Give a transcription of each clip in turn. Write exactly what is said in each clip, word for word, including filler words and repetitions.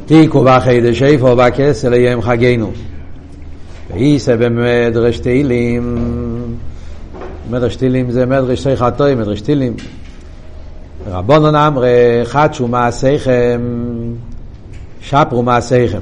תיקו בחידש איפה בכסל יום חגנו ואיסה במדרש תהילים. מדרש תהילים זה מדרש שי חטוי, מדרש תהילים. רבונן אמרי חדשו מעשיכם שפרו מעשיכם.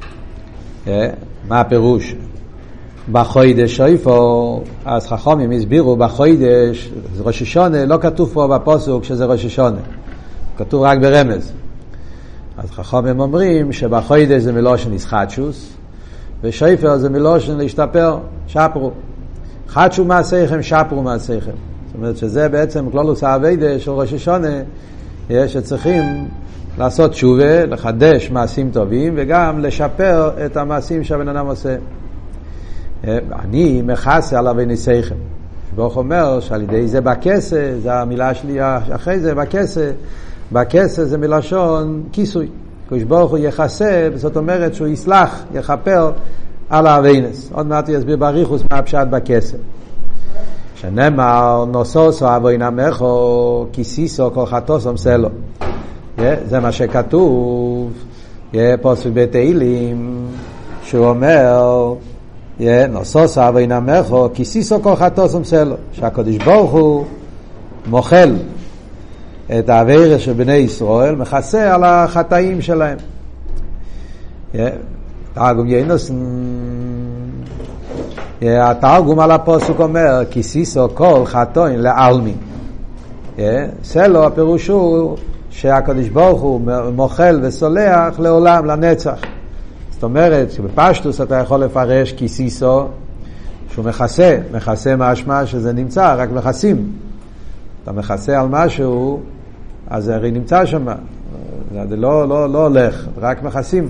מה הפירוש? בחוידש איפה, אז חכמים הסבירו בחוידש, ראש השונה, לא כתוב פה בפוסוק שזה ראש השונה, כתוב רק ברמז. אז חכמים אומרים שבחוידש זה מלושן ישחטשוס, ושפר זה מלושן להשתפר, שפרו. חדשו מעשיכם, שפרו מעשיכם. זאת אומרת שזה בעצם כלולוס העבודה של ראש השונה, שצריכים לעשות תשובה, לחדש מעשים טובים, וגם לשפר את המעשים שהבן אדם עושה. אני מכסה על אבניסיכם. ברוך אומר שעל ידי זה בכסה, זה המילה שלי אחרי זה, בכסה, בכסה זה מלשון כיסוי. קדוש ברוך הוא יחסה, זאת אומרת שהוא יסלח, יחפר על האבינס. עוד מעט יסביר בריחוס מה הפשט בכסה. שנאמר נוסוסו אבוין עמךו כיסיסו כל חטאו מסלו. זה מה שכתוב פסוק בתהילים, שהוא אומר נוסוסו אבוין עמךו כיסיסו כל חטאו מסלו, שהקדוש ברוך הוא מוחל את העבירה של בני ישראל, מכסה על החטאים שלהם. תרגום ינוס, התרגום על הפסוק אומר כיסיסו כל חטאים לעלמין. סלו הפירוש הוא שהקדוש ברוך הוא מוחל וסולח לעולם, לנצח. זאת אומרת שבפשטוס אתה יכול לפרש כיסיסו שהוא מכסה, מכסה משמע שזה נמצא, רק מכסים. אתה מכסה על משהו, אז הרי נמצא שם, זה לא, לא, לא הולך, רק מכסים.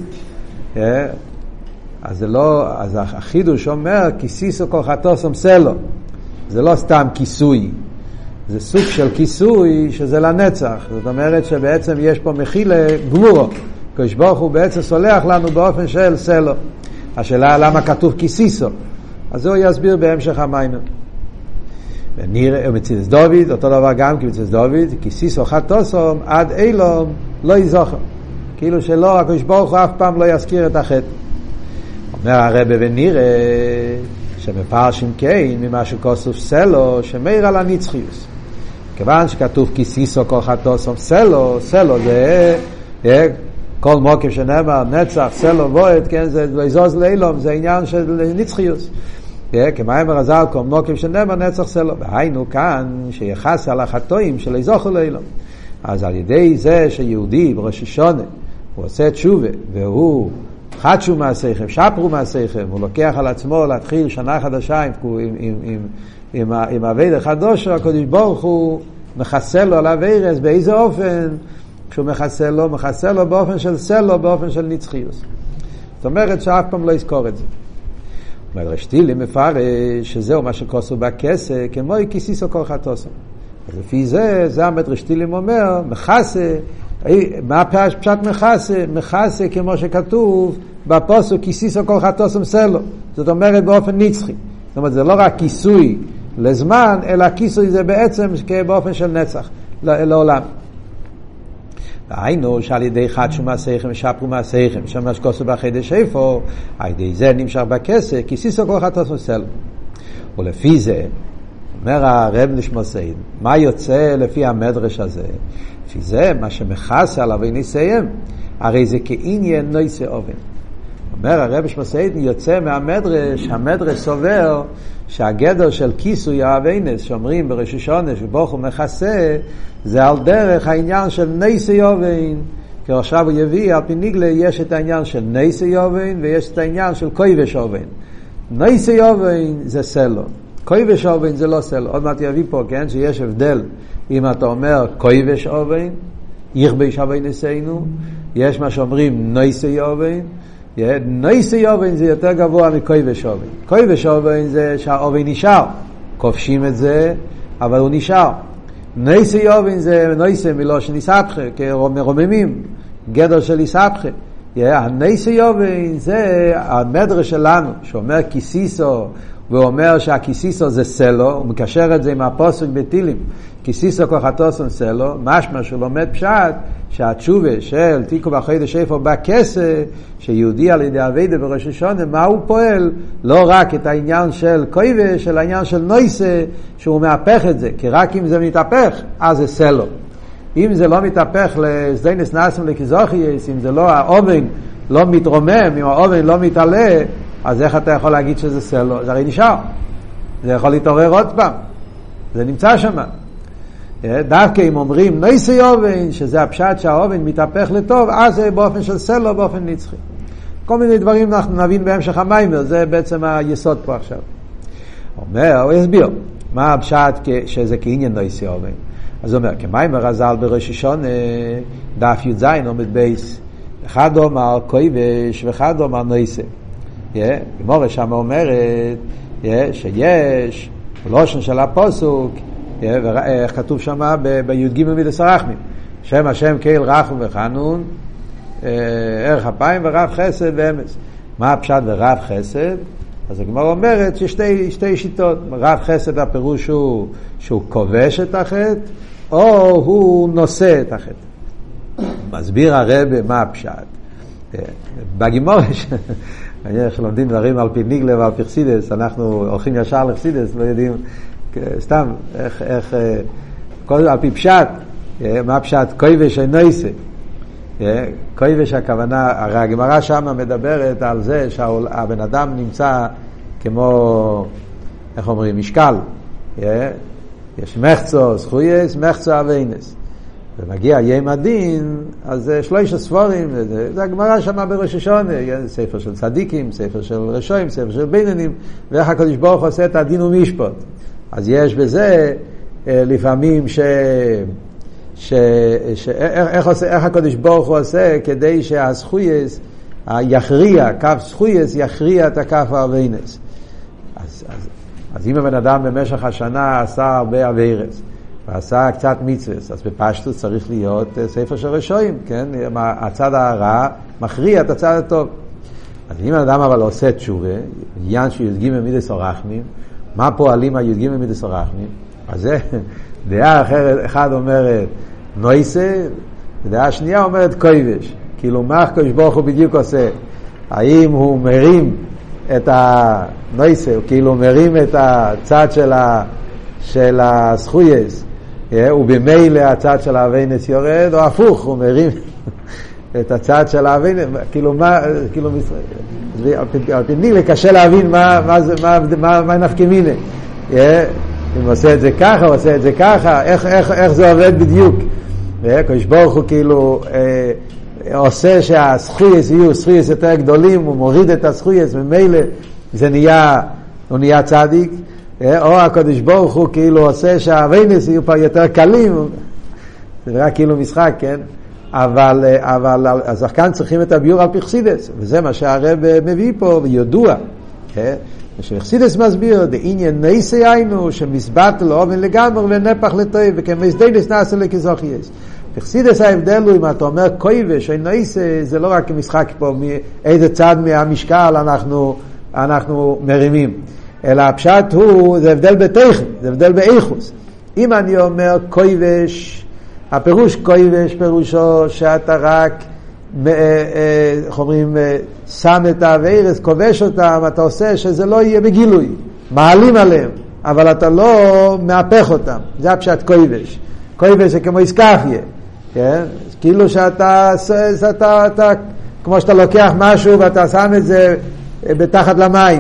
אז זה לא, אז החידוש אומר כיסיסו כל חטאו מסלו. זה לא סתם כיסוי, זה סוג של כיסוי שזה לנצח. זאת אומרת שבעצם יש פה מחילה גמורו. קדוש ברוך הוא בעצם סולח לנו באופן של סלו. השאלה למה כתוב כיסיסו, אז הוא יסביר בהמשך המיימר. ונראה מצילס דוד, אותו דבר גם כמצילס דוד, כיסיסו חטאו עד אילום לא יזוכר. כאילו שלא, הקדוש ברוך הוא אף פעם לא יזכיר את החטא. אומר הרב ונראה שמפרשים כן ממה שכוסוף סלו שמאיר על הנצחיות. כיוון שכתוב כיסיסו כל חטאו סלו, סלו זה כל מוקף שנאמר נצח סלו בועט, כן, זה לא יזוז לאילום, זה עניין של נצחיות. כמאמר הזל כל מוקף שנאמר נצח סלו, והיינו כאן שיחס על החטאים של יזוכו לאילום. אז על ידי זה שיהודי בראש השונה הוא עושה תשובה והוא חדשו מעשיכם, שפרו מעשיכם, הוא לוקח על עצמו להתחיל שנה חדשה עם, עם, עם, עם, עם, עם עבד חדש, הקדוש ברוך הוא מכסה לו על עבירס. באיזה אופן? כשהוא מכסה לו, מכסה לו באופן של סלו, באופן של נצחיות. זאת אומרת שאף פעם לא יזכור את זה. מדרש תהילים מפרש שזהו מה שכוסו בכסה, כמו כיסיסו כל חטאו. אז לפי זה, זה המדרש תהילים אומר, מכסה, מה פשט מכסה? מכסה כמו שכתוב בפסוק כיסיסו כל חטאו מסלו. זאת אומרת באופן נצחי. זאת אומרת זה לא רק כיסוי לזמן, אלא כיסוי זה בעצם באופן של נצח לעולם. היינו שעל ידי חדשו מעשיכם שפרו מעשיכם, שמה שכוסו בחידש איפה, על ידי זה נמשך בכסה כיסיסו כל חטאו מסלו. ולפי זה אומר הרב נשמע סעיד, מה יוצא לפי המדרש הזה? לפי זה מה שמכסה עליו ונסיים, הרי זה כעניין נויסה אובן. אומר הרב נשמע סעיד, יוצא מהמדרש, המדרש סובר שהגדר של כיסוי האבינס שאומרים בראש השונה שברוך הוא מכסה, זה על דרך העניין של נסה אובן. כי עכשיו הוא יביא על פי ניגלה, יש את העניין של נסה אובן ויש את העניין של כובש אובן. נסה אובן זה סלו, כובש אובן זה לא סלו. עוד מעט יביא פה, כן, שיש הבדל אם אתה אומר כובש אובן, יכבש אבניסינו, יש מה שאומרים נסה אובן. נסה אובן זה יותר גבוה מכובש אובן. כובש אובן זה שהאובן נשאר, כובשים את זה אבל הוא נשאר. נסה אובן זה נסה מלושן יסבכה, כמרוממים, גדר של יסבכה. הנסה אובן זה המדרש שלנו שאומר כיסיסו והוא אומר שהכיסיסו זה סלו, הוא מקשר את זה עם הפוסק בתילים, כיסיסו כוחתוסון סלו, משמע שהוא לומד פשט, שהתשובה של תיקו בחודש איפה בכסה, שיהודי על ידי עבודה בראש השונה, מה הוא פועל? לא רק את העניין של כובש, אלא העניין של נויסה, שהוא מהפך את זה, כי רק אם זה מתהפך, אז זה סלו. אם זה לא מתהפך לסדיינס נאסם לכיזוכייס, אם זה לא, האובן לא מתרומם, אם האובן לא מתעלה, אז איך אתה יכול להגיד שזה סלו? זה הרי נשאר. זה יכול להתעורר עוד פעם. זה נמצא שם. דווקא אם אומרים נויסי אובן, שזה הפשט שהאובן מתהפך לטוב, אז זה באופן של סלו, באופן נצחי. כל מיני דברים אנחנו נבין בהמשך המיימר, זה בעצם היסוד פה עכשיו. אומר, הוא יסביר, מה הפשט שזה כעניין נויסי אובן? אז הוא אומר, כמיימר הזל בראש השונה, דף י"ז עומד בייס, אחד אומר כובש ואחד אומר נויסה. גמורה שם אומרת שיש לושן של הפסוק, ואיך כתוב שם בי"ג מידס הרחמים, שם השם קהל רחום וחנון, ערך אפיים ורב חסד ואמס. מה הפשט ורב חסד? אז הגמרא אומרת ששתי שתי שיטות. רב חסד הפירוש הוא שהוא כובש את החטא, או הוא נושא את החטא. מסביר הרב מה הפשט. בגמרא שלומדים דברים על פי ניגלה ועל פי חסידס, אנחנו הולכים ישר לחסידס, לא יודעים סתם איך, איך על פי פשט, מה פשט? כובש ונויסה. כובש הכוונה, הרי הגמרא שם מדברת על זה שהבן אדם נמצא כמו, איך אומרים, משקל. יש מחצו זכויס, מחצו אבינס. ומגיע יום הדין, אז שלוש ספרים, זה, זה הגמרא שמה בראש השונה, ספר של צדיקים, ספר של רשועים, ספר של בינונים, ואיך הקדוש ברוך הוא עושה את הדין ומשפט. אז יש בזה לפעמים ש... ש... ש... איך, עושה, איך הקדוש ברוך הוא עושה כדי שהזכויס יכריע, קו זכויס יכריע את הקו האבינס. אז, אז, אז אם הבן אדם במשך השנה עשה הרבה אבירס, ועשה קצת מצווס, אז בפשטות צריך להיות ספר של רשועים, כן? הצד הרע מכריע את הצד הטוב. אז אם האדם אבל עושה תשובה, עניין שי"ג מידס הרחמים, מה פועלים הי"ג מידס הרחמים? אז זה דעה אחרת, אחד אומרת נויסה, ודעה שנייה אומרת כובש. כאילו מה הקדוש ברוך הוא בדיוק עושה? האם הוא מרים את הנויסה, כאילו מרים את הצד של ה... של הזכויס, ובמילא הצד של האבינס יורד, או הפוך, הוא מרים את הצד של האבינס, כאילו מה, כאילו, על פי ניגלה קשה להבין מה, מה, מה, מה, מה נפקא מינה. אם עושה את זה ככה, הוא עושה את זה ככה, איך, איך, איך זה עובד בדיוק. הקדוש ברוך הוא כאילו עושה שהזכויס יהיו זכויס יותר גדולים, הוא מוריד את הזכויס, ממילא זה נהיה, הוא נהיה צדיק. או הקדוש ברוך הוא כאילו עושה שהאבינס יהיו פה יותר קלים, זה נראה כאילו משחק, כן? אבל, אבל אז כאן צריכים את הביור על פי חסידס, וזה מה שהרב מביא פה, וידוע, כן? שחסידס מסביר, דעניין נייסי היינו, שמסבטל אובן לגמר ונפח לטוב, וכמסדיינס נעשה לכזוכייס. בחסידס ההבדל הוא, אם אתה אומר כובש או נייסי, זה לא רק משחק פה, מאיזה צד מהמשקל אנחנו, אנחנו מרימים. אלא הפשט הוא, זה הבדל בתכן, זה הבדל באיכוס. אם אני אומר כובש, הפירוש כובש פירושו שאתה רק, איך אומרים, שם את האביירס, כובש אותם, אתה עושה שזה לא יהיה בגילוי, מעלים עליהם, אבל אתה לא מהפך אותם. זה הפשט כובש. כובש זה כמו איסקפיה, כן? כאילו שאתה, שאתה, אתה, כמו שאתה לוקח משהו ואתה שם את זה בתחת למים.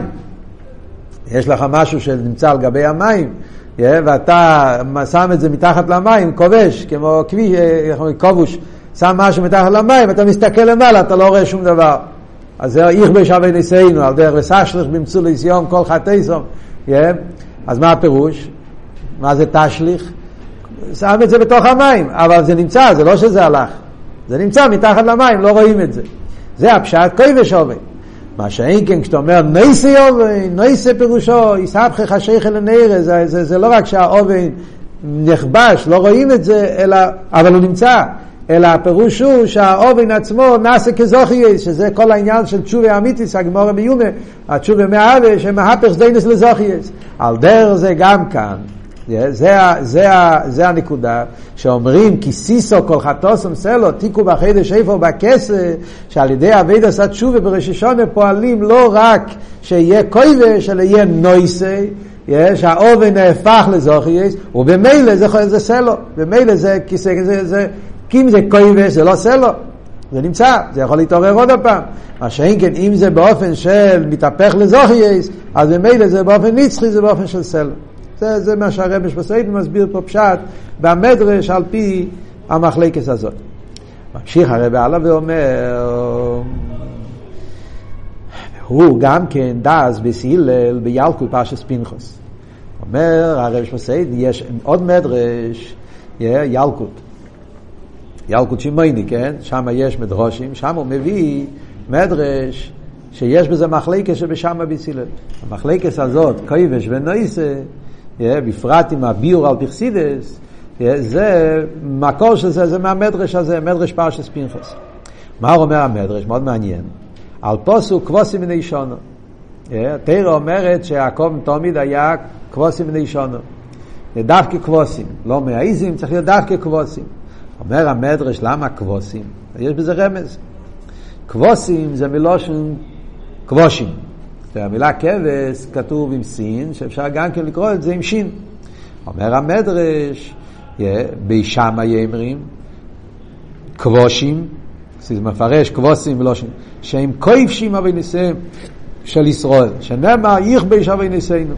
יש לך משהו שנמצא על גבי המים, ואתה שם את זה מתחת למים, כובש, כמו כביש, כובש, שם משהו מתחת למים, אתה מסתכל למעלה, אתה לא רואה שום דבר. אז זה איך בשווה ניסינו, על דרך לסשלך במצוא ליסיום כל חטאיסום. אז מה הפירוש? מה זה תשליך? שם את זה בתוך המים, אבל זה נמצא, זה לא שזה הלך. זה נמצא מתחת למים, לא רואים את זה. זה הפשט כובש עובד. מה שאין כן, כשאתה אומר נייסי אובן, נייסי פירושו, יסהפכך השייך אל הנערה, זה, זה, זה לא רק שהאובן נכבש, לא רואים את זה, אלא, אבל הוא נמצא. אלא הפירוש הוא שהאובן עצמו נעשה כזוכייס, שזה כל העניין של תשובה אמיתיס, הגמורה ביומה, התשובה מהאווה, שמהפך זדיינס לזוכייס. על דרך זה גם כאן, זה, זה, זה, זה הנקודה, שאומרים כי סיסו כל חטוסם סלו, תיקו בחידש איפה בכסה, שעל ידי עבודת התשובה בראש השונה פועלים לא רק שיהיה כובש, אלא יהיה נויסי, שהאובן נהפך לזוכייס, ובמילא זה, זה סלו, במילא זה, זה, זה, זה כי אם זה כובש, זה לא סלו, זה נמצא, זה יכול להתעורר עוד הפעם. מה שאין כן, אם זה באופן של מתהפך לזוכייס, אז במילא זה באופן נצחי, זה באופן של סלו. זה, זה מה שהרבש בסעיד מסביר פה פשט במדרש על פי המחלקת הזאת. ממשיך הרב הלאה ואומר, הוא גם כן דאז בסילל בילקוט פרשת פנחס. אומר הרבש בסעיד, יש עוד מדרש, ילקוט. ילקוט שמייני, כן? שם יש מדרושים, שם הוא מביא מדרש שיש בזה מחלקת שבשם בסילל. המחלקת הזאת, כובש ונויסה, בפרט עם הביור על פרסידס, זה מקור של זה, זה מהמדרש הזה, מדרש פרשת פנחס. מה אומר המדרש? מאוד מעניין. על פוסוק כבוסים בני שונו. התורה אומרת שהקום תמיד היה כבוסים בני שונו. דווקא כבוסים, לא מהאיזים, צריך להיות דווקא כבוסים. אומר המדרש, למה כבוסים? יש בזה רמז. כבוסים זה מלושן כבושים. המילה כבש כתוב עם סין, שאפשר גם כן לקרוא את זה עם שין. אומר המדרש, בישמה יאמרים, כבושים, זה מפרש כבוסים ולושן, שהם כובשים אבינסיהם של ישראל, שנאמר יכבש אביניסינו,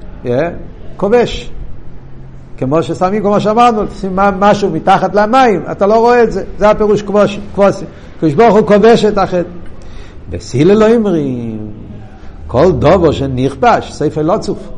כובש. כמו ששמים, כמו שאמרנו, תשים משהו מתחת למים, אתה לא רואה את זה, זה הפירוש כבושים, כבוסים. הקדוש ברוך הוא כובש את החטא. בסילל לא אומרים, כל דובר שנכבש, ספר לא צוף.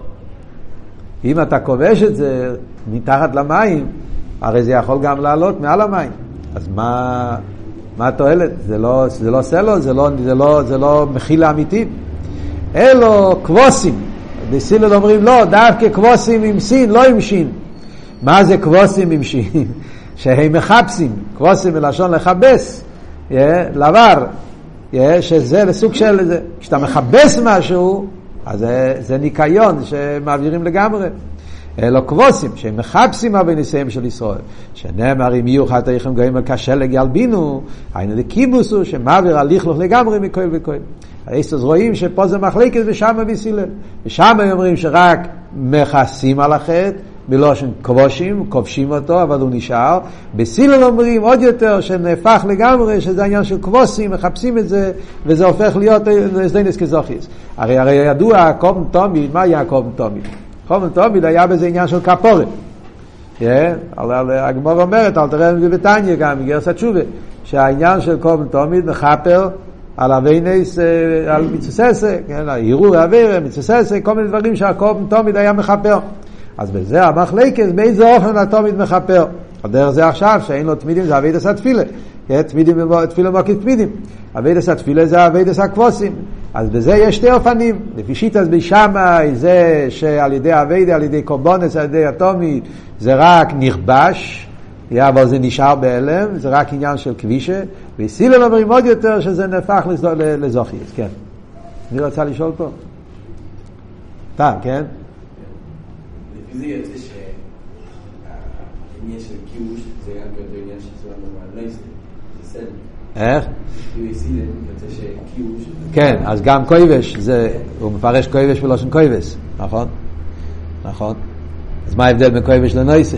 אם אתה כובש את זה מתחת למים, הרי זה יכול גם לעלות מעל המים. אז מה, מה התועלת? זה לא, זה לא סלו, זה לא, זה לא, זה לא מכיל האמיתי. אלו כבוסים. בסילל אומרים לא, דווקא כבוסים עם סין, לא עם שין. מה זה כבוסים עם שין? שהם מחפשים. כבוסים מלשון לחבס. לבר. שזה לסוג של זה. כשאתה מחבס משהו, אז זה, זה ניקיון שמעבירים לגמרי. אלו כבוסים, שהם מחפשים אבינסיהם של ישראל. שנאמר אם יהיו חטאיכם גויים על כשלג ילבינו, היינו לקיבוס הוא שמעביר הליכלוך לגמרי מכל וכל. אז רואים שפה זה מחלקת ושם בסילל. ושם אומרים שרק מכסים על החטא, בלושן כבושים, כובשים אותו, אבל הוא נשאר. בסילל אומרים עוד יותר שנהפך לגמרי, שזה העניין של כבוסים, מחפשים את זה, וזה הופך להיות זדיינס כזוכייס. הרי הרי ידוע, קום תמיד, מה היה קום תמיד? קום תמיד היה בזה עניין של כפורת. הגמרא אומרת, אל תראה בבתניא גם, בגרסת התשובה, שהעניין של קום תמיד מחפר על אבינס, על מצוססה, העירור העביר, מצוססה, כל מיני דברים שהקום תמיד היה מחפר. אז בזה המחלקת, באיזה אופן התמיד מחפר. הדרך זה עכשיו, שאין לו תמידים, זה עבודת התפילה. תמידים, תפילה מוקד תמידים. עבודת התפילה זה עבודת הכבוסים. אז בזה יש שתי אופנים. לפי שיטת בשמאי, זה שעל ידי עבודת, על ידי קורבנות, על ידי התמיד, זה רק נכבש, אבל זה נשאר בהלם, זה רק עניין של כבישה. בסילל אומרים עוד יותר שזה נהפך לזוכייס. כן. אני רוצה לשאול פה. טעם, כן? זה יוצא שהעניין של כיבוש זה גם כזה עניין שצריך לומר נויסה, זה סדר. איך? יוצא שכיבוש... כן, אז גם כובש, הוא מפרש כובש בלושן כובש, נכון? נכון. אז מה ההבדל בין כובש לנויסה?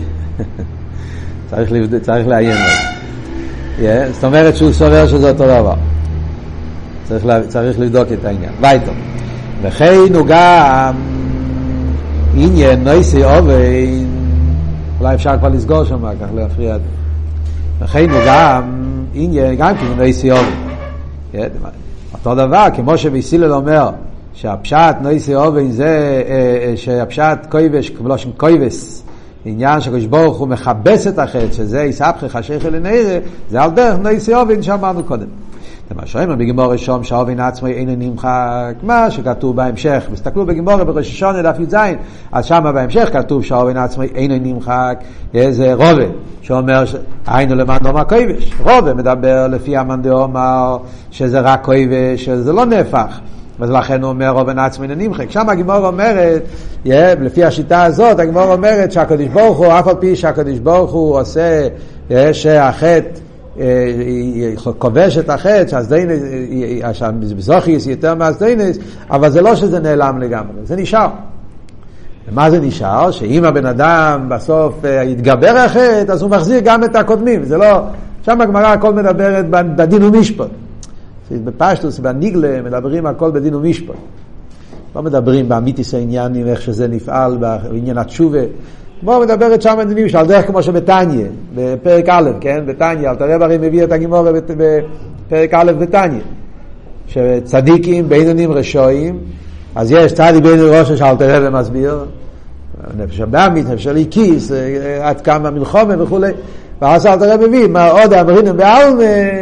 צריך לעיין לו. זאת אומרת שהוא סובר שזה אותו דבר. צריך לבדוק את העניין. ביתו. וכן הוא גם... עניין נויסי אובן, אולי אפשר כבר לסגור שם כך להפריע. לכן הוא גם עניין, גם כן נויסי אובן. אותו דבר, כמו שבסילל אומר שהפשט נויסי אובן זה שהפשט כובש, כבלושן כובס, עניין שקדוש ברוך הוא מכבס את החטא, שזה יסבך חשיך לנערה, זה על דרך נויסי אובן שאמרנו קודם. למה שאומר בגמרא שום שהאובן עצמו אינו נמחק, מה שכתוב בהמשך, מסתכלו בגמרא בראש השונה דף י"ז, אז שמה בהמשך כתוב שהאובן עצמו אינו נמחק, זה רובה שאומר היינו למאן דאמר כובש. רובה מדבר לפי המאן דאמר שזה רק כובש, שזה לא נהפך, ולכן הוא אומר אובן עצמו אינו נמחק. שם הגמרא אומרת, לפי השיטה הזאת הגמרא אומרת שהקדוש ברוך הוא, אף על פי שהקדוש ברוך הוא עושה שהחטא כובש את החטא, שהמזוכיס יותר מהסדיינס, אבל זה לא שזה נעלם לגמרי, זה נשאר. ומה זה נשאר? שאם הבן אדם בסוף יתגבר החטא, אז הוא מחזיר גם את הקודמים. זה לא, שם הגמרא הכל מדברת בדין ומשפט. בפשטוס, בניגלה, מדברים הכל בדין ומשפט. לא מדברים באמיתיס העניינים, איך שזה נפעל, בעניין התשובה. כמו מדברת שם מדברים, שעל דרך כמו שבתניה, בפרק א', כן? בתניה, אל תראה הרי מביא את הגימורה בפרק א' בתניה. שצדיקים בינונים רשועים, אז יש צדיק בינוני ראשו שאל תראה ומסביר, נפש הבאמית, נפש הליקיס, עד כמה מלחומה וכו'. ואז אל תראה מביא, מה עוד אמרינו בעלמה,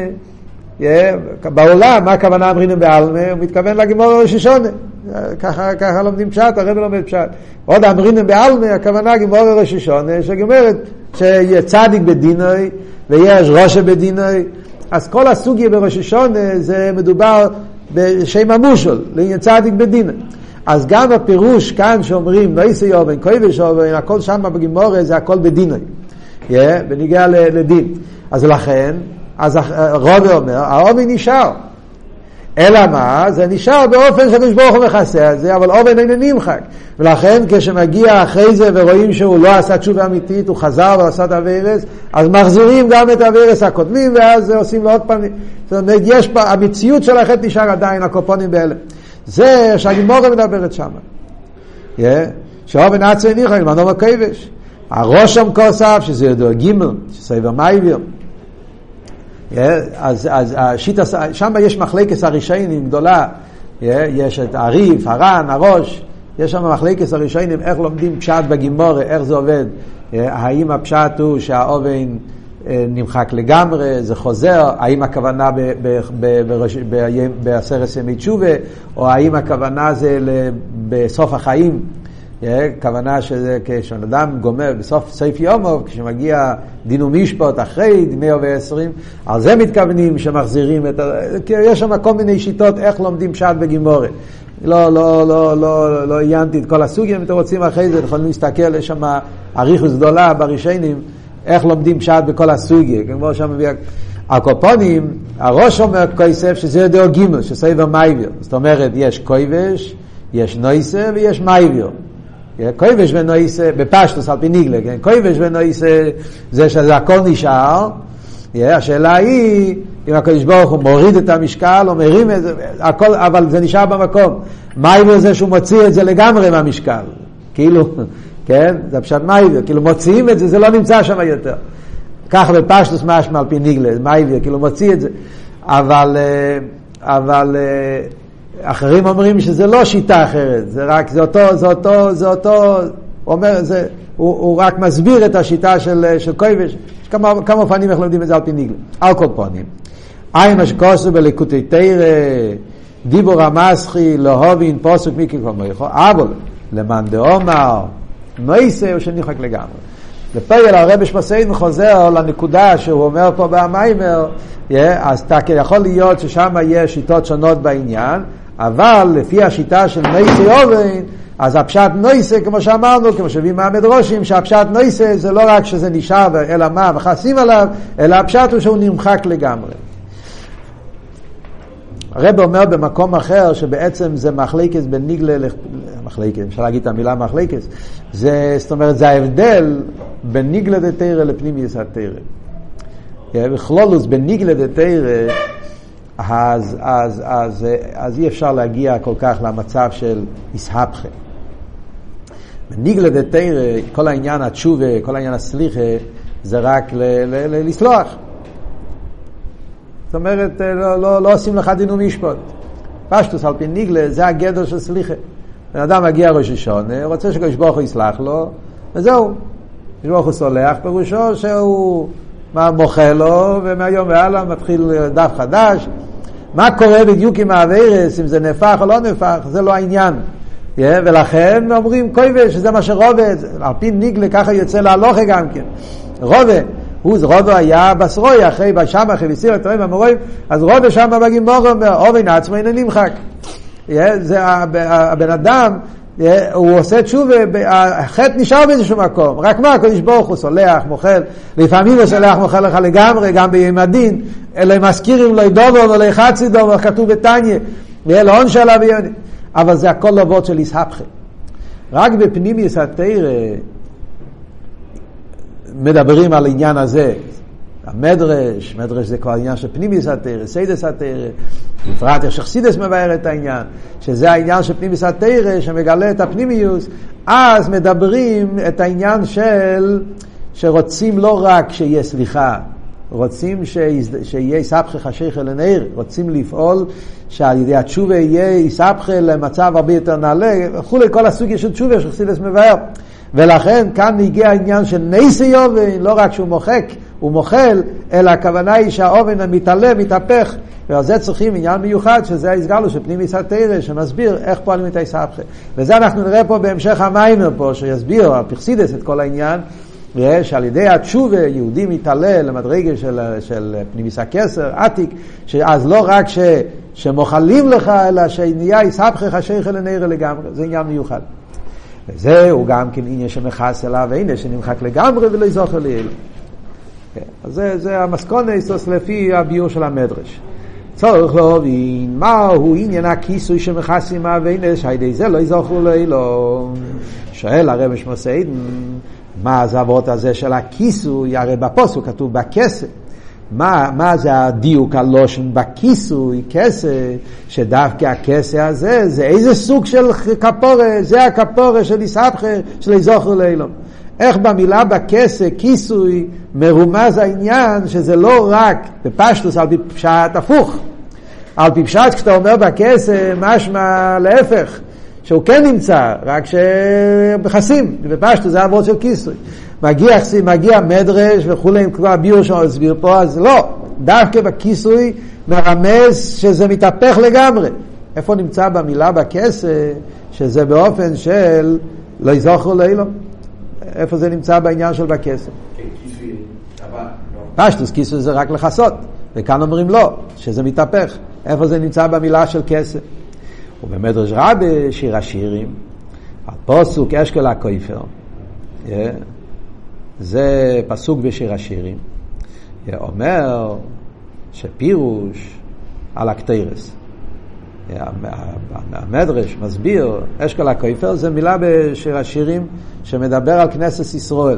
בעולם, מה הכוונה אמרינו בעלמה? הוא מתכוון לגימורה ראש השונה. ככה, ככה לומדים פשט, הרב לומד פשט. עוד אמרינו בעלמה, הכוונה גימורה ראש השונה, שגמרת שיש צדיק בדינוי, ויש ראש בדינוי, אז כל הסוגיה בראש השונה זה מדובר בשם המושל, לעניין צדיק בדינוי. אז גם הפירוש כאן שאומרים, לא יעשה יובן, כובש יובן, הכל שם בגימורה זה הכל בדינוי. Yeah, בניגע לדין. אז לכן, אז הרב אומר, האובן נשאר. אלא מה? זה נשאר באופן שהקדוש ברוך הוא מכסה את זה, אבל אובן אינו נמחק. ולכן כשמגיע אחרי זה ורואים שהוא לא עשה תשובה אמיתית, הוא חזר ועשה את הווירס, אז מחזירים גם את הווירס הקודמים, ואז עושים לו עוד פעם. זאת אומרת, יש פה, המציאות של החטא נשאר עדיין, הקופונים באלה. זה שהגימורה מדברת שם. Yeah. שאובן עצמו אינו נמחק, למאן דאמר כובש. הראש שם כוסף, שזה ידוע גימל, שסייבר מייביר. אז, אז השיטה, שם יש מחלקת הראשונים גדולה, יש את הריף, הרן, הראש, יש שם מחלקת הראשונים, איך לומדים פשט בגימורה, איך זה עובד, האם הפשט הוא שהאובן נמחק לגמרי, זה חוזר, האם הכוונה בעשרת ימי תשובה, או האם הכוונה זה בסוף החיים, כוונה שזה כשאדם גומר בסוף סעיף יומוב, כשמגיע דין ומשפט אחרי מאה ועשרים, על זה מתכוונים שמחזירים את ה... יש שם כל מיני שיטות איך לומדים פשט בגימורה. לא, לא, לא, לא, לא עיינתי את כל הסוגים, אם אתם רוצים אחרי זה, יכולים להסתכל, יש שם אריכוס גדולה בראשונים, איך לומדים פשט בכל הסוגים, כמו שם מביא... הקופונים, הראש אומר כוסף שזה יודע גימל, שסייבר מייביר. זאת אומרת, יש כובש, יש נויסה ויש מייביר. כובש ונויסה, בפשטוס על פי ניגלה, כובש ונויסה זה שזה הכל נשאר. השאלה היא אם הקדוש ברוך הוא מוריד את המשקל או מרים את זה, הכל, אבל זה נשאר במקום. מייביר זה שהוא מוציא את זה לגמרי מהמשקל, כאילו, כן, זה פשט מייביר, כאילו מוציאים את זה, זה לא נמצא שם יותר. ככה בפשטוס משמע על פי ניגלה, מייביר, כאילו מוציא את זה, אבל אבל אחרים אומרים שזה לא שיטה אחרת, זה רק, זה אותו, זה אותו, זה אותו, הוא אומר, זה, הוא, הוא רק מסביר את השיטה של, של כובש. יש כמה, כמה פנים איך לומדים את זה על פי ניגלה. על כל פנים. אי משקוסו בליקוטי תירה, דיבור המסחי, להובין, פוסק מיקי כמו יכול, אבל למאן דאמר, נויסה או שניחק לגמרי. לפייל הרב שמסיין חוזר לנקודה שהוא אומר פה במיימר, אז אתה יכול להיות ששם יש שיטות שונות בעניין, אבל לפי השיטה של נויסה אובן, אז הפשט נויסה, כמו שאמרנו, כמו שביאים מהמדרושים, שהפשט נויסה זה לא רק שזה נשאר, אלא מה, וחסים עליו, אלא הפשט הוא שהוא נמחק לגמרי. הרב אומר במקום אחר, שבעצם זה מחלקס בניגלה, מחלקס, אפשר להגיד את המילה מחלקס, זה, זאת אומרת, זה ההבדל בין ניגלה דתירה לפנימיוס התירה. בכלולוס, בניגלה דתירה, אז, אז, אז, אז אי אפשר להגיע כל כך למצב של הסהפכה. בניגלה דתירה, כל העניין התשובה, כל העניין הסליחה, זה רק ל- ל- ל- לסלוח. זאת אומרת, לא, לא, לא עושים לך דין ומשפט. פשטוס על פי ניגלה, זה הגדר של סליחה. בן אדם מגיע ראש השונה, רוצה שקדוש ברוך הוא יסלח לו, וזהו. קדוש ברוך הוא סולח, פירושו שהוא מוחה לו, ומהיום והלאה מתחיל דף חדש. מה קורה בדיוק עם האווירס, אם זה נפח או לא נפח, זה לא העניין. Yeah, ולכן אומרים קויבה שזה מה שרובה, על פי ניגלה ככה יוצא להלוכה גם כן. רובה, הוא רובה היה בסרוי, אחרי בשם, אחרי בסיר, התראים והמורים, אז רובה שם בגימור אומר, אובן עצמו אינו נמחק. Yeah, זה הבן אדם, yeah, הוא עושה תשובה, החטא נשאר באיזשהו מקום, רק מה, הקדוש ברוך הוא סולח, מוכל, לפעמים הוא סולח, מוכל לך לגמרי, גם ביום הדין, אלא מזכירים לו דובר, או לחצי דובר, כתוב בתניא, ואלה עון שלה ביום אבל זה הכל לבות של ישהפכה. רק בפנימיוס התורה מדברים על העניין הזה. המדרש, מדרש זה כבר עניין של פנימיוס התורה, סיידס התורה, בפרט איך שחסידס מבאר את העניין, שזה העניין של פנימיוס התורה שמגלה את הפנימיוס, אז מדברים את העניין של שרוצים לא רק שיהיה סליחה, רוצים שיהיה יסבכה חשיך אל הנעיר, רוצים לפעול שעל ידי התשובה יהיה יסבכה למצב הרבה יותר נעלה, וכולי כל הסוגיה של תשובה שחסידס מבאר. ולכן כאן הגיע העניין של ניסי יובן, לא רק שהוא מוחק, הוא מוכל, אלא הכוונה היא שהאובן המתעלה, מתהפך, ועל זה צריכים עניין מיוחד, שזה ההסגלו של פנימיוס התורה, שמסביר איך פועלים את היסבכה. וזה אנחנו נראה פה בהמשך המיימר פה, שיסביר על פרסידס את כל העניין, שעל ידי התשובה יהודי מתעלה למדרגה של, של פנימיוס הכסר, עתיק, שאז לא רק ש, שמוכלים לך, אלא שנהיה יסבכה חשיך אל הנעיר לגמרי, זה עניין מיוחד. וזהו גם כן עניין שמחס אליו, והנה שנמחק לגמרי ולא יזוכר לאלו. אז זה, זה המסקונס לפי הביור של המדרש. צורך להבין מהו עניין הכיסוי שמחסים והנה שהידי זה לא יזוכר לאלו. שואל הרב שמו סעידן, מה זה העבוד הזה של הכיסוי? הרי בפוסוק כתוב בכסף. מה, מה זה הדיוק הלושן בכיסוי, כסף, שדווקא הכסף הזה, זה איזה סוג של כפורה, זה הכפורה של יסבכה, של יזוכר לאילום. איך במילה בכסף, כיסוי, מרומז העניין, שזה לא רק בפשטוס על פי פשט הפוך. על פי פשט, כשאתה אומר בכסף, משמע להפך, שהוא כן נמצא, רק שבחסים, בפשטוס זה העבוד של כיסוי. מגיע, מגיע מדרש וכולי, כבר הביור שם הסביר פה, אז לא, דווקא בכיסוי מרמז שזה מתהפך לגמרי. איפה נמצא במילה בכסף, שזה באופן של לא יזוכר לאילום? איפה זה נמצא בעניין של בכסף? כיסוי, אבל פשטוס, כיסוי זה רק לחסות, וכאן אומרים לא, שזה מתהפך. איפה זה נמצא במילה של כסף? ובמדרש רבי, שיר השירים, הפוסוק אשכול הכופר, yeah. זה פסוק בשיר השירים, אומר שפירוש על הקטרס. המדרש מסביר, אשכול הכופר זה מילה בשיר השירים שמדבר על כנסת ישראל.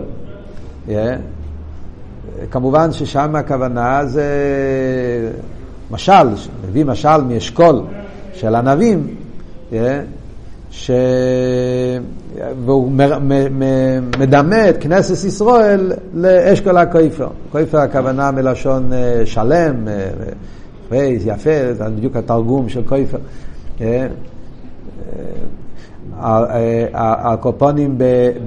כמובן ששם הכוונה זה משל, מביא משל מאשכול של הנביאים, ש... והוא מדמה את כנסת ישראל לאשכול הכופר. כופר הכוונה מלשון שלם, יפה, זה בדיוק התרגום של כופר. הקופונים,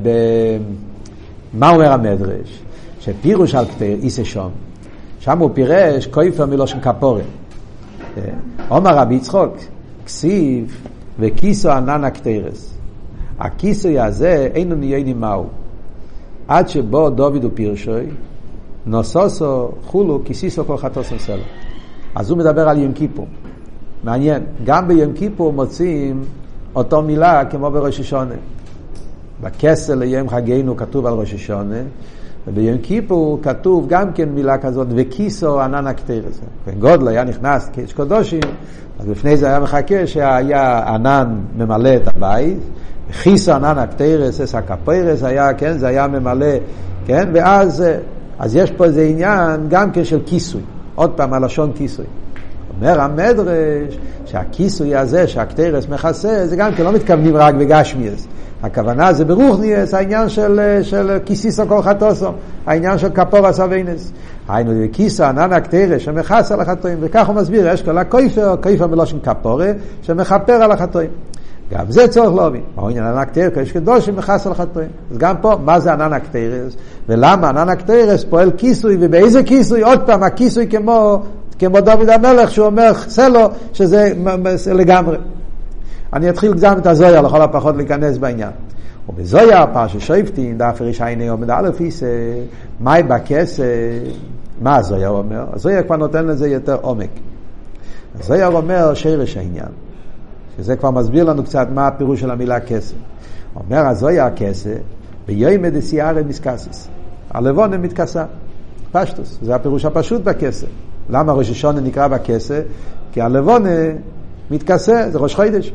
מה אומר המדרש? שפירוש על כתר איסה שם, שם הוא פירש כופר מלשון כפורה. אומר רבי יצחוק, כסיב וכיסו ענן הקטרס. הכיסוי הזה אינו נהייני מהו. עד שבו דוד ופירשוי, נוסוסו חולו כיסיסו כל חטוסו סלו. אז הוא מדבר על יום כיפור. מעניין, גם ביום כיפור מוצאים אותו מילה כמו בראש השונה. בכסל ליום חגינו כתוב על ראש השונה, וביום כיפור כתוב גם כן מילה כזאת, וכיסו ענן הקטרס. גודל היה נכנס כאיש קודשים, אז לפני זה היה מחכה שהיה ענן ממלא את הבית, וכיסו ענן הקטרס, אס הכפרס היה, כן, זה היה ממלא, כן, ואז, אז יש פה איזה עניין גם כן של כיסוי. עוד פעם, הלשון כיסוי. אומר המדרש שהכיסוי הזה שהקטרס מכסה, זה גם כן לא מתכוונים רק בגשמיאס. הכוונה זה ברוחניאס, העניין של, של כיסיסו כל חטוסו, העניין של כפורס אבינס. היינו כיסו ענן הקטרס שמכס על החטואים, וכך הוא מסביר, יש כל הכופר, כופר מלושן כפורה, שמכפר על החטואים. גם זה צורך להבין. מהו עניין ענן הקטרס? יש קדוש שמכס על החטואים. אז גם פה, מה זה ענן הקטרס? ולמה ענן הקטרס פועל כיסוי, ובאיזה כיסוי? עוד פעם, הכיסוי כמו כמו דוד המלך שהוא אומר סלו, שזה לגמרי. אני אתחיל גם את הזויה, לכל הפחות להיכנס בעניין. ובזויה, פרשת שופטים, דף רשעיני עומד א' איסה, מהי בכסה, מה הזויה אומר? הזויה כבר נותן לזה יותר עומק. הזויה אומר שרש העניין, שזה כבר מסביר לנו קצת מה הפירוש של המילה כסה. אומר הזויה הכסה, ביומא דסייערא מסקסיס. הלבונה מתכסה. פשטוס, זה הפירוש הפשוט בכסה. למה ראש השונה נקרא בכסה? כי הלבונה מתכסה, זה ראש חודש.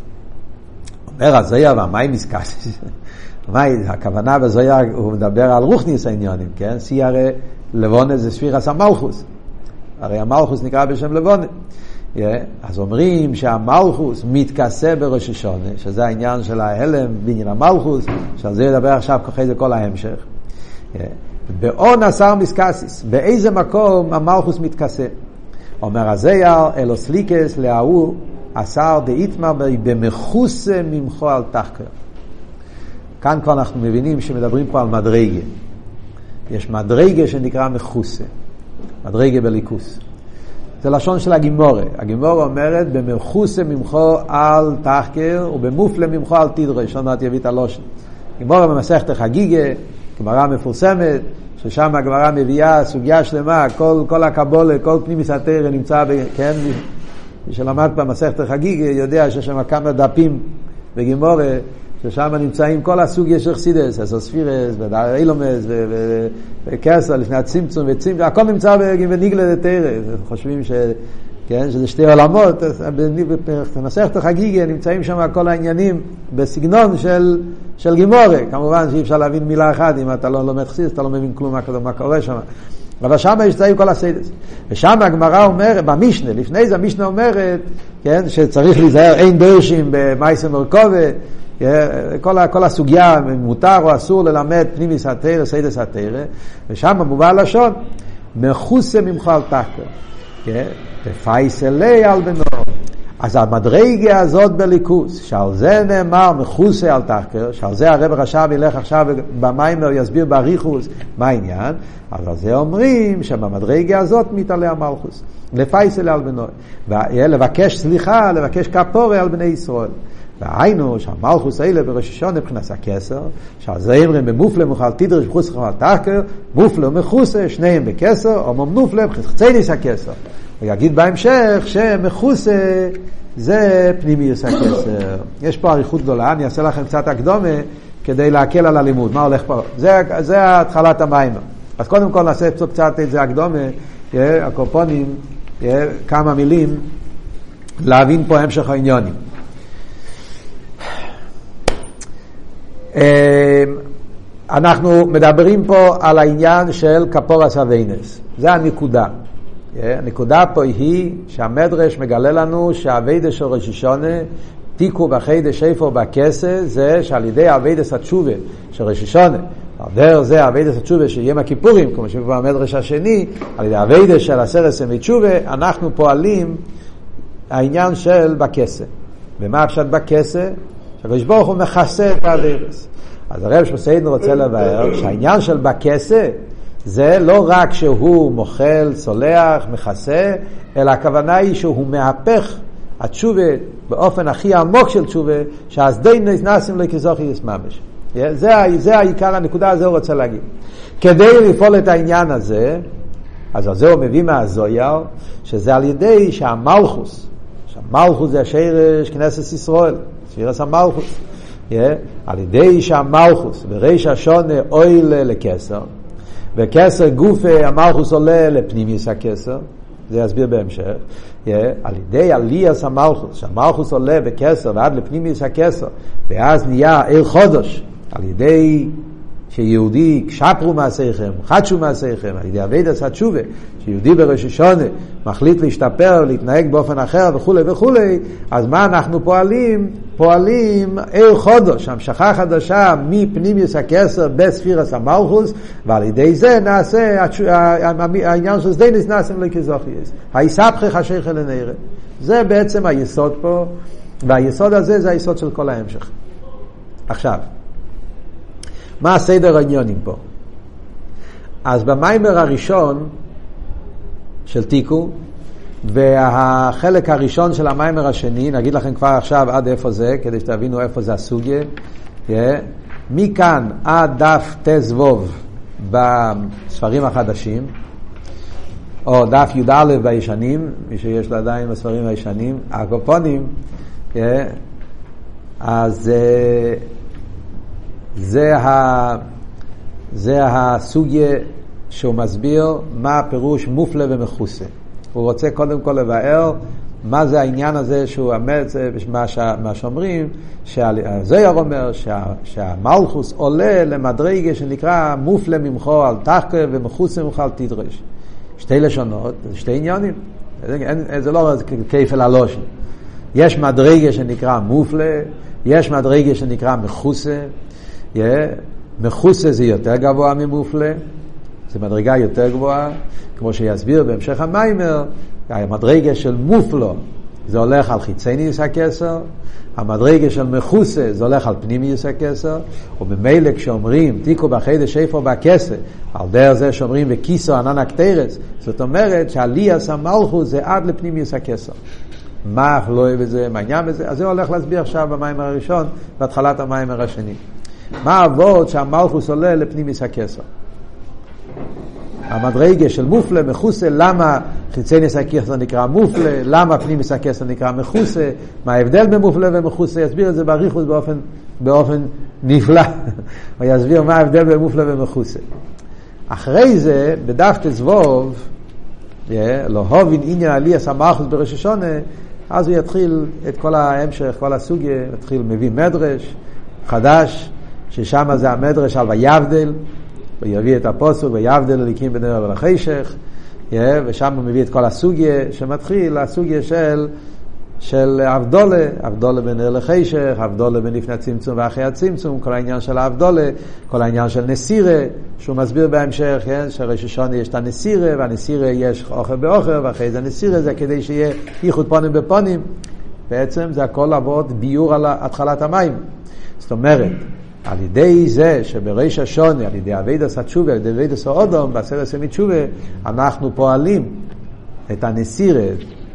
אומר הזויה, והמאי מסקסיס? הכוונה בזויה, הוא מדבר על רוחניס העניונים, כן? סייערא לבונה זה ספירס המלכוס. הרי המלכוס נקרא בשם לבונה. Yeah, אז אומרים שהמלכוס מתכסה בראש השונה, שזה העניין של ההלם בעניין המלכוס, שעל זה ידבר עכשיו כוחי זה כל ההמשך. Yeah. באון עשר מסקסיס, באיזה מקום המלכוס מתכסה? אומר הזייר, אלוסליקס להוא עשר דאיתמר במחוסה ממחו על תחקר. כאן כבר אנחנו מבינים שמדברים פה על מדרגה. יש מדרגה שנקרא מחוסה, מדרגה בליכוס. זה לשון של הגימורה. הגימורה אומרת, במחוסה ממחו על תחקר, ובמופלה ממחו על תדרש. עוד מעט יביא את הלושן. גימורה במסכת חגיגה, גמרא מפורסמת, ששם הגמרא מביאה סוגיה שלמה, כל, כל הקבולה, כל פנימיס התורה נמצא, ב, כן? מי שלמד במסכת חגיגה יודע שיש שם כמה דפים בגימורה, ששם נמצאים כל הסוגיה של חסידס, הספירס, ואילומס, וקסר, לפני הצמצום וצמצום, הכל נמצא בניגלה דתרא. חושבים ש, כן, שזה שתי עולמות, במסכת החגיגה נמצאים שם כל העניינים בסגנון של, של גימורה. כמובן שאי אפשר להבין מילה אחת, אם אתה לא לומד חסידס, אתה לא מבין כלום מה, מה קורה שם. אבל שם יש צעים כל הסיידס. ושם הגמרא אומרת, במשנה, לפני זה המשנה אומרת, כן, שצריך להיזהר, אין דורשים במייסה מרכובה, כל, כל הסוגיה, מותר או אסור ללמד פנימיס התורה, סיידס התורה, ושם מובא הלשון, מחוסה ממך על תחקר, תפייסלי על בנו. אז המדרגה הזאת בליכוס, שעל זה נאמר מחוסה על תחקר, שעל זה הרב רש"ב ילך עכשיו במיימר יסביר באריכוס מה העניין, אז על זה אומרים שבמדרגה הזאת מתעלה המלכוס, לפייסלי על בנו, לבקש סליחה, לבקש כפורה על בני ישראל. והיינו שהמלכוס האלה בראש השונה מבחינת הכסר, שעל זה אומרים במופלה מוכל תדרש בחוץ על תחקר, מופלה ומחוסה, שניהם בכסר, או מופלה בחצי הכסר. ויגיד בהמשך שמחוסה זה פנימיוס הכסר. יש פה עריכות גדולה, אני אעשה לכם קצת הקדומה כדי להקל על הלימוד. מה הולך פה? זה, זה התחלת המים. אז קודם כל נעשה קצת את זה הקדומה, הקופונים, כמה מילים, להבין פה המשך העניונים. אנחנו מדברים פה על העניין של כפורס אביינס. זה הנקודה. הנקודה פה היא שהמדרש מגלה לנו שהאביידס של ראש השונה, תיקו בחידש איפה בכסה, זה שעל ידי האביידס התשובה של ראש השונה, דרך זה האביידס התשובה של יום הכיפורים, כמו שבא המדרש השני, על ידי האביידס של עשרת ימי תשובה, אנחנו פועלים העניין של בכסה. ומה הפשט בכסה? שהקדוש ברוך הוא מכסה את האביידס. אז הרב שמסעידן רוצה לבאר שהעניין של בכסה זה לא רק שהוא מוכל, סולח, מכסה, אלא הכוונה היא שהוא מהפך התשובה באופן הכי עמוק של תשובה, שהסדין נעשים לו כזוכי יסממש. זה, זה העיקר, הנקודה הזה הוא רוצה להגיד. כדי לפעול את העניין הזה, אז על זה הוא מביא מהזויר, שזה על ידי שהמלכוס, שהמלכוס זה השרש כנסת ישראל, שרש המלכוס, yeah, על ידי שהמלכוס בריש השונה אוילה לכסר, וכסר גוף המלכוס עולה לפנימיוס הכסר, זה יסביר בהמשך, yeah, על ידי עליית המלכוס, שהמלכוס עולה בכסר ועד לפנימיוס הכסר, ואז נהיה עיר חודש, על ידי שיהודי שפרו מעשיכם, חדשו מעשיכם, על ידי עבודת התשובה, שיהודי בראש השונה מחליט להשתפר, להתנהג באופן אחר וכו' וכו', אז מה אנחנו פועלים? פועלים עיר חודש, המשכה חדשה מפנימיוס הכסר בספירס המלכוס, ועל ידי זה נעשה, העניין של סדייניס נעשים לו כזוכייס, היסבכי חשיך אל הנראה. זה בעצם היסוד פה, והיסוד הזה זה היסוד של כל ההמשך. עכשיו, מה הסדר העניונים פה? אז במיימר הראשון של תיקו, והחלק הראשון של המיימר השני, נגיד לכם כבר עכשיו עד איפה זה, כדי שתבינו איפה זה הסוגיה. Yeah. מכאן עד דף תזבוב בספרים החדשים, או דף י"א בישנים, מי שיש לו עדיין בספרים הישנים, הקופונים, yeah. אז uh, זה, ה, זה הסוגיה שהוא מסביר מה הפירוש מופלה ומחוסה. הוא רוצה קודם כל לבאר מה זה העניין הזה שהוא אמר, מה, מה שאומרים, שהזוהר אומר שה, שהמלכוס עולה למדרגה שנקרא מופלה ממחו על תחקה ומחוסה ממחו על תדרש. שתי לשונות, שתי עניינים. זה לא כיפל הלושן. יש מדרגה שנקרא מופלה, יש מדרגה שנקרא מחוסה. Yeah. מחוסה זה יותר גבוה ממופלה, זה מדרגה יותר גבוהה, כמו שיסביר בהמשך המיימר. המדרגה של מופלו זה הולך על חיצייניוס הכסר, המדרגה של מחוסה זה הולך על פנימיוס הכסר, ובמילא כשאומרים תיקו בחידש איפה בכסר, על דרך זה שאומרים וכיסו ענן הקטרס, זאת אומרת שעליית המלכות זה עד לפנימיוס הכסר. מה לא אוהב את זה, מה העניין בזה? אז זה הולך להסביר עכשיו במיימר הראשון בהתחלת המיימר השני. מה העבוד שהמלכוס עולה לפנימיוס הכסר? המדרגה של מופלה, מחוסה, למה חיצייניוס הכסר נקרא מופלה, למה פנימיוס הכסר נקרא מחוסה, מה ההבדל בין מופלה ומחוסה, יסביר את זה באריכות באופן, באופן נפלא. הוא יסביר מה ההבדל בין מופלה ומחוסה. אחרי זה, בדף תזבוב, לא הובין עניין עליית המלכות בראש השונה, אז הוא יתחיל את כל ההמשך, כל הסוגיה, יתחיל מביא מדרש חדש, ששם זה המדרש על ויבדל, ויביא את הפוסוק ויבדל אליקים בין ערב לחשך, ושם הוא מביא את כל הסוגיה שמתחיל הסוגיה של של אבדולה, אבדולה בין ערב לחשך, אבדולה בין לפני הצמצום ואחרי הצמצום, כל העניין של האבדולה, כל העניין של נסירה, שהוא מסביר בהמשך, כן, שראש השונה יש את הנסירה, והנסירה יש אוכל באוכל, ואחרי זה הנסירה זה כדי שיהיה ייחוד פונים בפונים. בעצם זה הכל עבוד ביור על התחלת המים. זאת אומרת, על ידי זה שבראש השונה, על ידי עבודת התשובה, על ידי עבודת האדם, בעשרת ימי תשובה, אנחנו פועלים את הנסירה,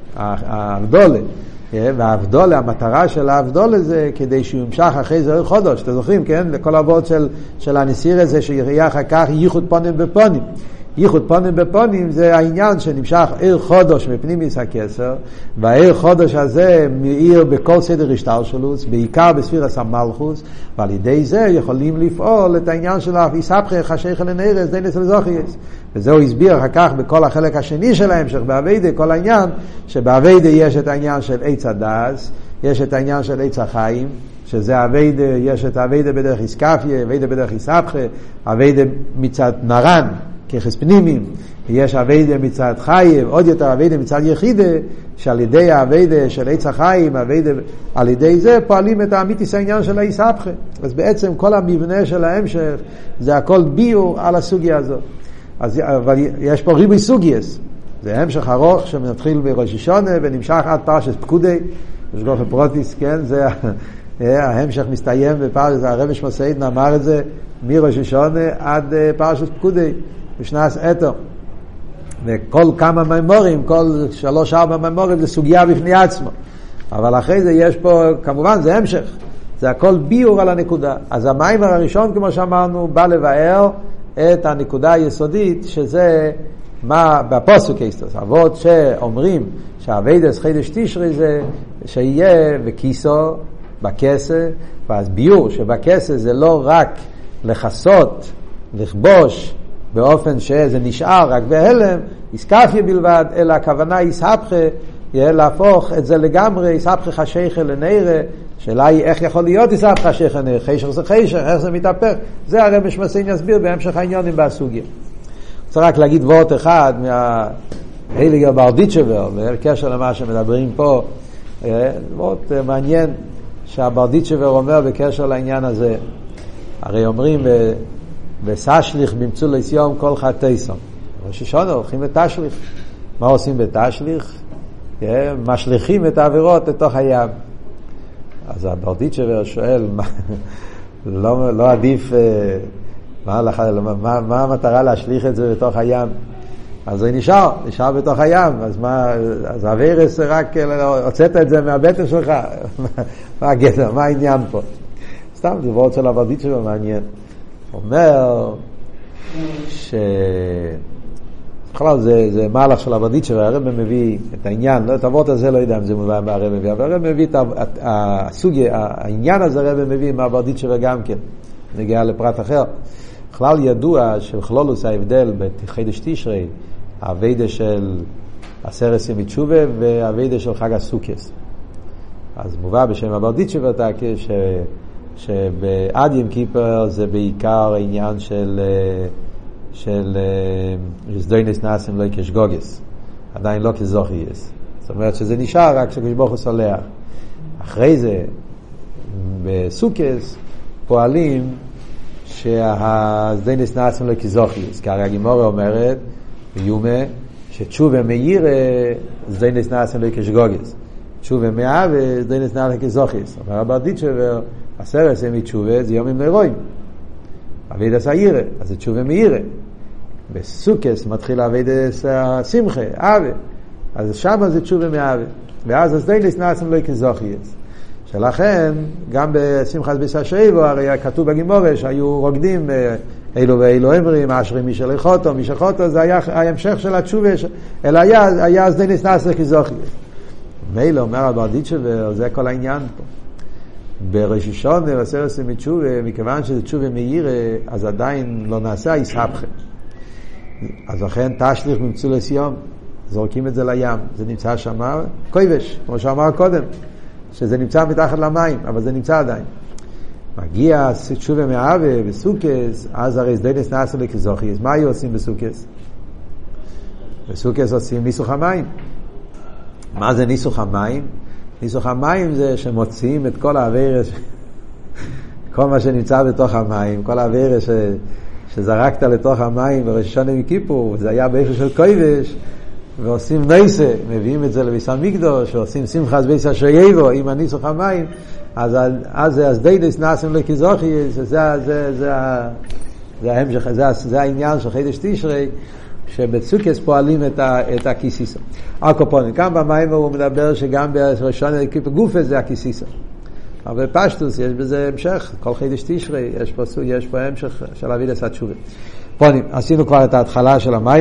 האבדולה, והאבדולה, המטרה של האבדולה זה כדי שהוא ימשך אחרי זה חודש, אתם זוכרים, כן? לכל העבוד של, של הנסירה זה שיהיה אחר כך ייחוד פונים בפונים. ייחוד פונים בפונים זה העניין שנמשך עיר חודש מפנימיוס הכסר, והעיר חודש הזה מאיר בכל סדר השתלשלות, בעיקר בספירת המלכות, ועל ידי זה יכולים לפעול את העניין של יספחי חשך לנרס דינס לזוכייס. וזהו הסביר אחר כך בכל החלק השני של ההמשך בעבודה, כל העניין שבעבודה יש את העניין של עץ הדס, יש את העניין של עץ החיים, שזה עבודה, יש את העבודה בדרך איסקפיה, עבודה בדרך איספחי, עבודה מצד נרן כחס פנימיים, יש עבודה מצד חיים, עוד יותר עבודה מצד יחידה, שעל ידי העבודה של עץ החיים, עבודה, על ידי זה פועלים את האמיתיס העניין של האיסבכה. אז בעצם כל המבנה של ההמשך זה הכל ביור על הסוגיה הזאת. אז אבל יש פה ריבוי סוגייס, זה המשך ארוך שמתחיל בראש השונה ונמשך עד פרשת פקודי, יש גוף פרוטיס, כן, זה ההמשך מסתיים בפרשת, הרב שמסעידן אמר את זה מראש השונה עד פרשת פקודי בשנס אתו, וכל כמה ממורים, כל שלוש ארבע ממורים זה סוגיה בפני עצמו, אבל אחרי זה יש פה כמובן זה המשך, זה הכל ביור על הנקודה. אז המיימר הראשון כמו שאמרנו בא לבאר את הנקודה היסודית שזה מה בפסוק איסטוס אבות שאומרים שהעבודת חידש תשרי זה שיהיה בכיסו בכסה, ואז ביור שבכסה זה לא רק לחסות לכבוש באופן שזה נשאר רק בהלם איסקפיה בלבד, אלא הכוונה איסהפכה יהיה להפוך את זה לגמרי איסהפכה חשיכה לנערה. שאלה היא איך יכול להיות איסהפכה חשיכה לנערה, חשך זה חשך, איך זה מתהפך, זה הרב שמסעידן יסביר בהמשך העניונים בסוגיה. צריך רק להגיד וורט אחד מההיליגר ברדיצ'בר בקשר למה שמדברים פה, וורט מעניין שהברדיצ'בר אומר בקשר לעניין הזה. הרי אומרים וסשליך במצול לסיום כל חטאיסום, ראש השונה הולכים בתשליך. מה עושים בתשליך? משליכים את העבירות לתוך הים. אז הברדיצ'בר שואל לא, לא עדיף מה, מה, מה המטרה להשליך את זה לתוך הים? אז זה נשאר, נשאר בתוך הים, אז מה, אז הווירס רק הוצאת את זה מהבטן שלך, מה הגדר, מה העניין פה? סתם, זה ועוד של הברדיצ'ב מעניין. אומר ש... בכלל זה, זה מהלך של הברדיצ'ב, הרב מביא את העניין, לא, את הוות הזה לא יודע אם זה מובן מה הרב מביא, אבל הרב מביא את הסוגיה, העניין הזה הרב מביא מהברדיצ'ב גם כן, נגיע לפרט אחר. בכלל ידוע שבכלולוס ההבדל בחידש תשרי, הווידה של עשרת ימי תשובה והווידה של חג הסוכס. אז מובא בשם הברדיצ'ב אותה כש... שבעד ים כיפר זה בעיקר העניין של של שזדוינס נעשים לא כשגוגס, עדיין לא כזוכייס. זאת אומרת שזה נשאר רק כשברוך הוא סולח. אחרי זה בסוכס פועלים שהזדוינס נעשים לא כזוכייס, כי הרי הגימורה אומרת ביומה שתשובה מאירה זדוינס נעשים לא כשגוגס, תשובה מאהבה זדוינס נעשים כזוכייס. אבל הברדיצ'ב עשרת ימי תשובה זה יומים נרואים, אבידס העירה, אז זה תשובה מאירה. בסוכס מתחיל אבידס השמחה, אהבה, אז שם זה תשובה מאהבה, ואז הסדינס נעשים לא כזוכייס. שלכן גם בשמחת ביס השבוע הרי כתוב בגימורה שהיו רוקדים אילו ואילו אמרים אשרי מי שלחותו מי שחותו, זה היה ההמשך של התשובה, אלא היה, היה הסדינס נעשים כזוכייס. מילא אומר הברדיצ'ב, זה כל העניין פה. בראש השונה ועשרת ימי תשובה, מכיוון שזה תשובה מאירה, אז עדיין לא נעשה איסהפכה. אז לכן תשליך ממצולס יום, זורקים את זה לים, זה נמצא שם כובש, כמו שאמר קודם, שזה נמצא מתחת למים, אבל זה נמצא עדיין. מגיע תשובה מאהבה בסוכס, אז הרי סדינס נעשה לכזוכייס. מה היו עושים בסוכס? בסוכס עושים ניסוך המים. מה זה ניסוך המים? ניסוך המים זה שמוציאים את כל האווירס, כל מה שנמצא בתוך המים, כל האווירס ש... שזרקת לתוך המים בראש השונה מכיפור, זה היה באיפה של כובש, ועושים נייסה, מביאים את זה לביס המקדוש, ועושים שמחת ביס השייבו עם הניסוך המים, אז אז זה הסדינס נעשים לכזוכייס, זה זה זה זה זה ההמשך, זה זה העניין של חידש תשרי, שבסוכס פועלים את ה את הכיסיסה. הקופונים, גם במים הוא מדבר שגם בראשון כיפור גופה זה הכיסיסה. אבל פשטוס יש בזה המשך, כל חידש תשרי יש פה יש פה המשך של אבידס התשובה. פונים, עשינו כבר את ההתחלה של המים.